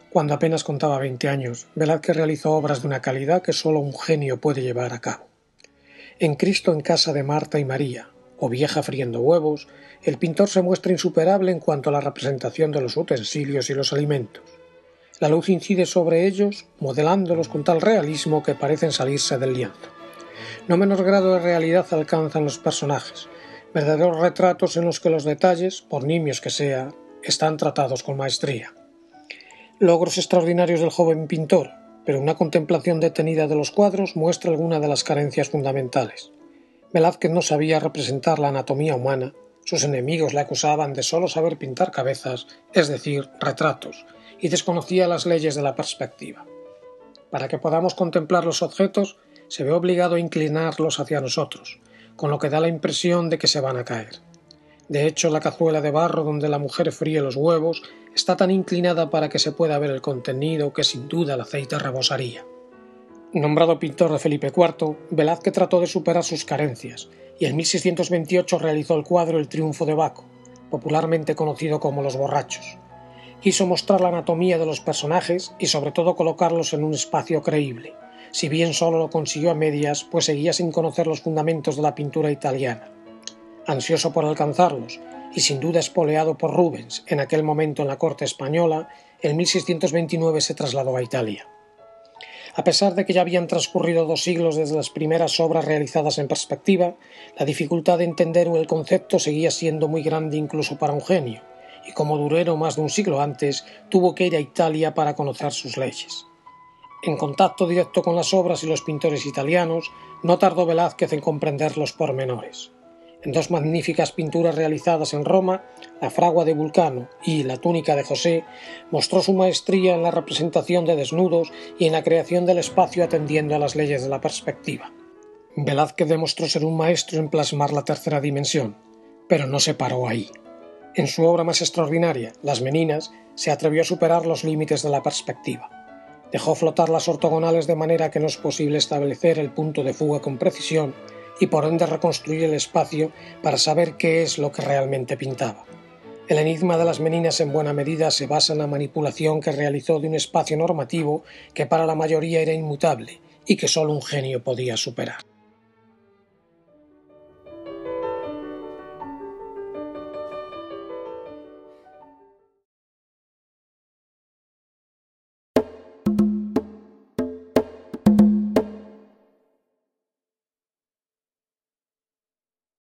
Cuando apenas contaba 20 años, Velázquez realizó obras de una calidad que solo un genio puede llevar a cabo. En Cristo en casa de Marta y María, o Vieja friendo huevos, el pintor se muestra insuperable en cuanto a la representación de los utensilios y los alimentos. La luz incide sobre ellos, modelándolos con tal realismo que parecen salirse del lienzo. No menos grado de realidad alcanzan los personajes, verdaderos retratos en los que los detalles, por nimios que sean, están tratados con maestría. Logros extraordinarios del joven pintor, pero una contemplación detenida de los cuadros muestra algunas de las carencias fundamentales. Velázquez no sabía representar la anatomía humana, sus enemigos le acusaban de solo saber pintar cabezas, es decir, retratos, y desconocía las leyes de la perspectiva. Para que podamos contemplar los objetos, se ve obligado a inclinarlos hacia nosotros, con lo que da la impresión de que se van a caer. De hecho, la cazuela de barro donde la mujer fríe los huevos está tan inclinada para que se pueda ver el contenido que sin duda el aceite rebosaría. Nombrado pintor de Felipe IV, Velázquez trató de superar sus carencias y en 1628 realizó el cuadro El triunfo de Baco, popularmente conocido como Los borrachos. Quiso mostrar la anatomía de los personajes y sobre todo colocarlos en un espacio creíble, si bien solo lo consiguió a medias, pues seguía sin conocer los fundamentos de la pintura italiana. Ansioso por alcanzarlos, y sin duda espoleado por Rubens en aquel momento en la corte española, en 1629 se trasladó a Italia. A pesar de que ya habían transcurrido 2 siglos desde las primeras obras realizadas en perspectiva, la dificultad de entender el concepto seguía siendo muy grande incluso para un genio, y como Durero más de un siglo antes, tuvo que ir a Italia para conocer sus leyes. En contacto directo con las obras y los pintores italianos, no tardó Velázquez en comprender los pormenores. En 2 magníficas pinturas realizadas en Roma, La fragua de Vulcano y La túnica de José, mostró su maestría en la representación de desnudos y en la creación del espacio atendiendo a las leyes de la perspectiva. Velázquez demostró ser un maestro en plasmar la tercera dimensión, pero no se paró ahí. En su obra más extraordinaria, Las Meninas, se atrevió a superar los límites de la perspectiva. Dejó flotar las ortogonales de manera que no es posible establecer el punto de fuga con precisión y por ende reconstruir el espacio para saber qué es lo que realmente pintaba. El enigma de Las Meninas en buena medida se basa en la manipulación que realizó de un espacio normativo que para la mayoría era inmutable y que solo un genio podía superar.